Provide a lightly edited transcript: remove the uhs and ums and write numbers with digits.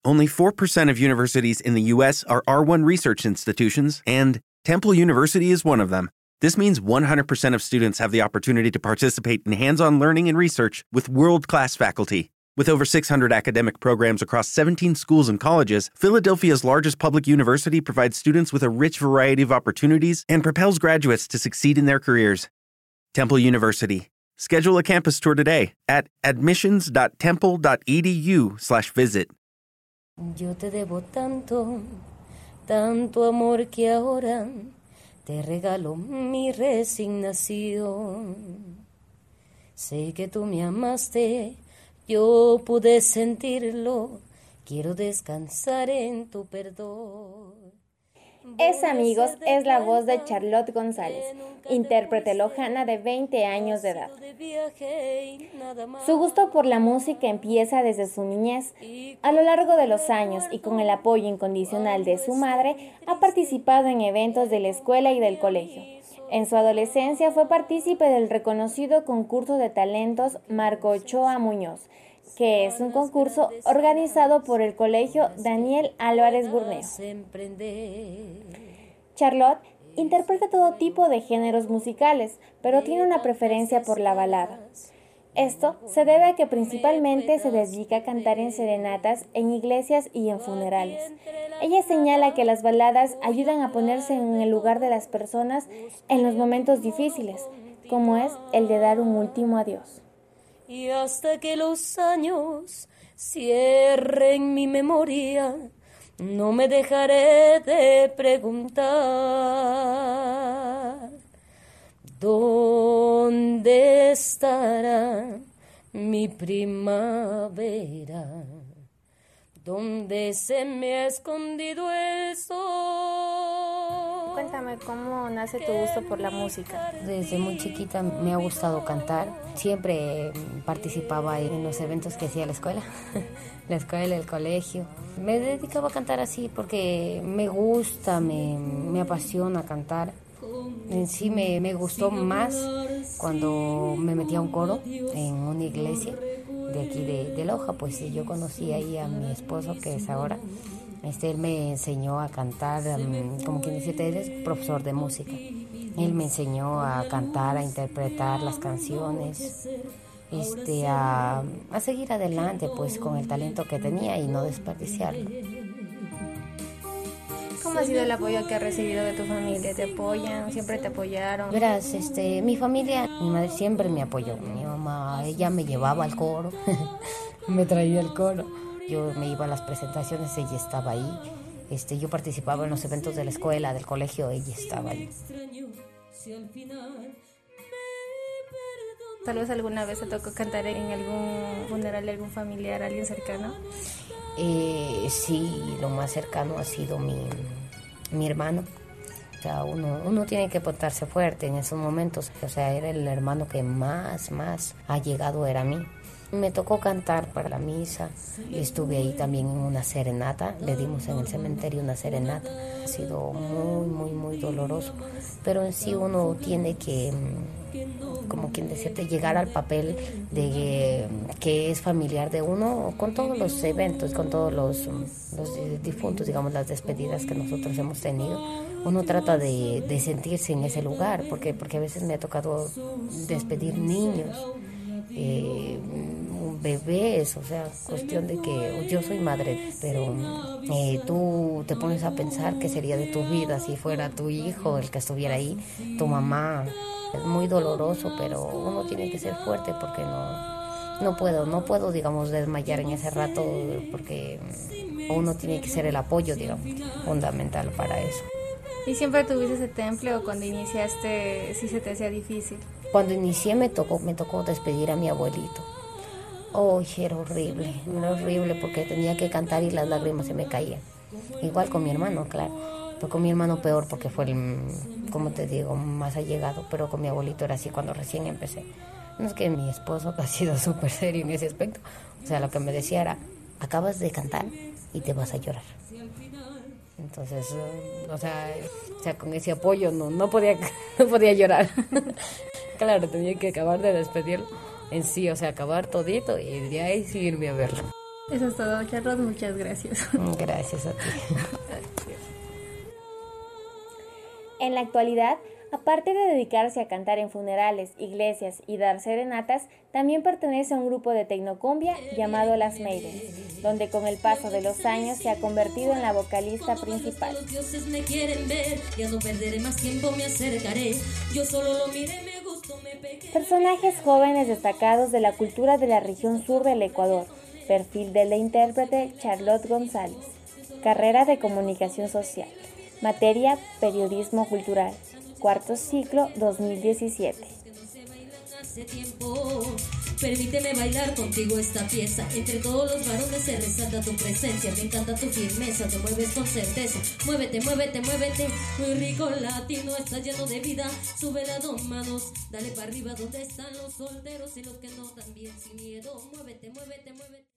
Only 4% of universities in the U.S. are R1 research institutions, and Temple University is one of them. This means 100% of students have the opportunity to participate in hands-on learning and research with world-class faculty. With over 600 academic programs across 17 schools and colleges, Philadelphia's largest public university provides students with a rich variety of opportunities and propels graduates to succeed in their careers. Temple University. Schedule a campus tour today at admissions.temple.edu/visit. Yo te debo tanto, tanto amor que ahora te regalo mi resignación. Sé que tú me amaste, yo pude sentirlo, quiero descansar en tu perdón. Esa, amigos, es la voz de Charlotte González, intérprete lojana de 20 años de edad. Su gusto por la música empieza desde su niñez. A lo largo de los años y con el apoyo incondicional de su madre, ha participado en eventos de la escuela y del colegio. En su adolescencia fue partícipe del reconocido concurso de talentos Marco Ochoa Muñoz, que es un concurso organizado por el Colegio Daniel Álvarez Burneo. Charlotte interpreta todo tipo de géneros musicales, pero tiene una preferencia por la balada. Esto se debe a que principalmente se dedica a cantar en serenatas, en iglesias y en funerales. Ella señala que las baladas ayudan a ponerse en el lugar de las personas en los momentos difíciles, como es el de dar un último adiós. Y hasta que los años cierren mi memoria, no me dejaré de preguntar ¿dónde estará mi primavera? ¿Dónde se me ha escondido el sol? Cuéntame, ¿cómo nace tu gusto por la música? Desde muy chiquita me ha gustado cantar. Siempre participaba en los eventos que hacía la escuela, el colegio. Me dedicaba a cantar así porque me gusta, me apasiona cantar. En sí me gustó más cuando me metí a un coro en una iglesia de aquí de Loja. Pues yo conocí ahí a mi esposo, que es ahora. Él me enseñó a cantar, como quien dice, él es profesor de música. Él me enseñó a cantar, a interpretar las canciones, a seguir adelante pues con el talento que tenía y no desperdiciarlo. ¿Cómo ha sido el apoyo que has recibido de tu familia? ¿Te apoyan? ¿Siempre te apoyaron? Verás, mi familia, mi madre siempre me apoyó. Mi mamá, ella me llevaba al coro, me traía al coro. Yo me iba a las presentaciones, ella estaba ahí. Yo participaba en los eventos de la escuela, del colegio, ella estaba ahí. ¿Tal vez alguna vez te tocó cantar en algún funeral de algún familiar, alguien cercano? Sí, lo más cercano ha sido mi hermano. O sea, uno tiene que portarse fuerte en esos momentos. O sea, era el hermano que más ha llegado, era a mí. Me tocó cantar para la misa. Estuve ahí también en una serenata. Le dimos en el cementerio una serenata. Ha sido muy doloroso. Pero en sí uno tiene que, como quien decirte, llegar al papel de que es familiar de uno con todos los eventos, con todos los difuntos, digamos, las despedidas que nosotros hemos tenido. Uno trata de sentirse en ese lugar, porque a veces me ha tocado despedir niños, bebés, o sea, cuestión de que yo soy madre, pero tú te pones a pensar qué sería de tu vida si fuera tu hijo el que estuviera ahí, tu mamá. Es muy doloroso, pero uno tiene que ser fuerte porque no puedo, digamos, desmayar en ese rato, porque uno tiene que ser el apoyo, digamos, fundamental para eso. ¿Y siempre tuviste ese temple o cuando iniciaste sí se te hacía difícil? Cuando inicié me tocó despedir a mi abuelito. Era horrible porque tenía que cantar y las lágrimas se me caían. Igual con mi hermano, claro. Pero con mi hermano peor porque fue como te digo, más allegado. Pero con mi abuelito era así cuando recién empecé. No es que mi esposo ha sido súper serio en ese aspecto. O sea, lo que me decía era, acabas de cantar y te vas a llorar. Entonces, o sea, con ese apoyo no podía llorar. Claro, tenía que acabar de despedirlo en sí, o sea, acabar todito y de ahí sí irme a verlo. Eso es todo, Charlotte, muchas gracias. Gracias a ti. En la actualidad, aparte de dedicarse a cantar en funerales, iglesias y dar serenatas, también pertenece a un grupo de tecnocumbia llamado Las Maidens, donde con el paso de los años se ha convertido en la vocalista principal. Los dioses me quieren ver, ya no perderé más tiempo, me acercaré. Yo solo lo miré, me gustó, me pegué. Personajes jóvenes destacados de la cultura de la región sur del Ecuador. Perfil de la intérprete Charlotte González. Carrera de comunicación social. Materia periodismo cultural. Cuarto ciclo 2017. Hace tiempo, permíteme bailar contigo esta pieza. Entre todos los varones se resalta tu presencia. Me encanta tu firmeza, te mueves con certeza. Muévete, muévete, muévete. Muy rico latino, está lleno de vida. Sube las dos manos, dale para arriba. ¿Donde están los solteros y los que no también sin miedo? Muévete, muévete, muévete.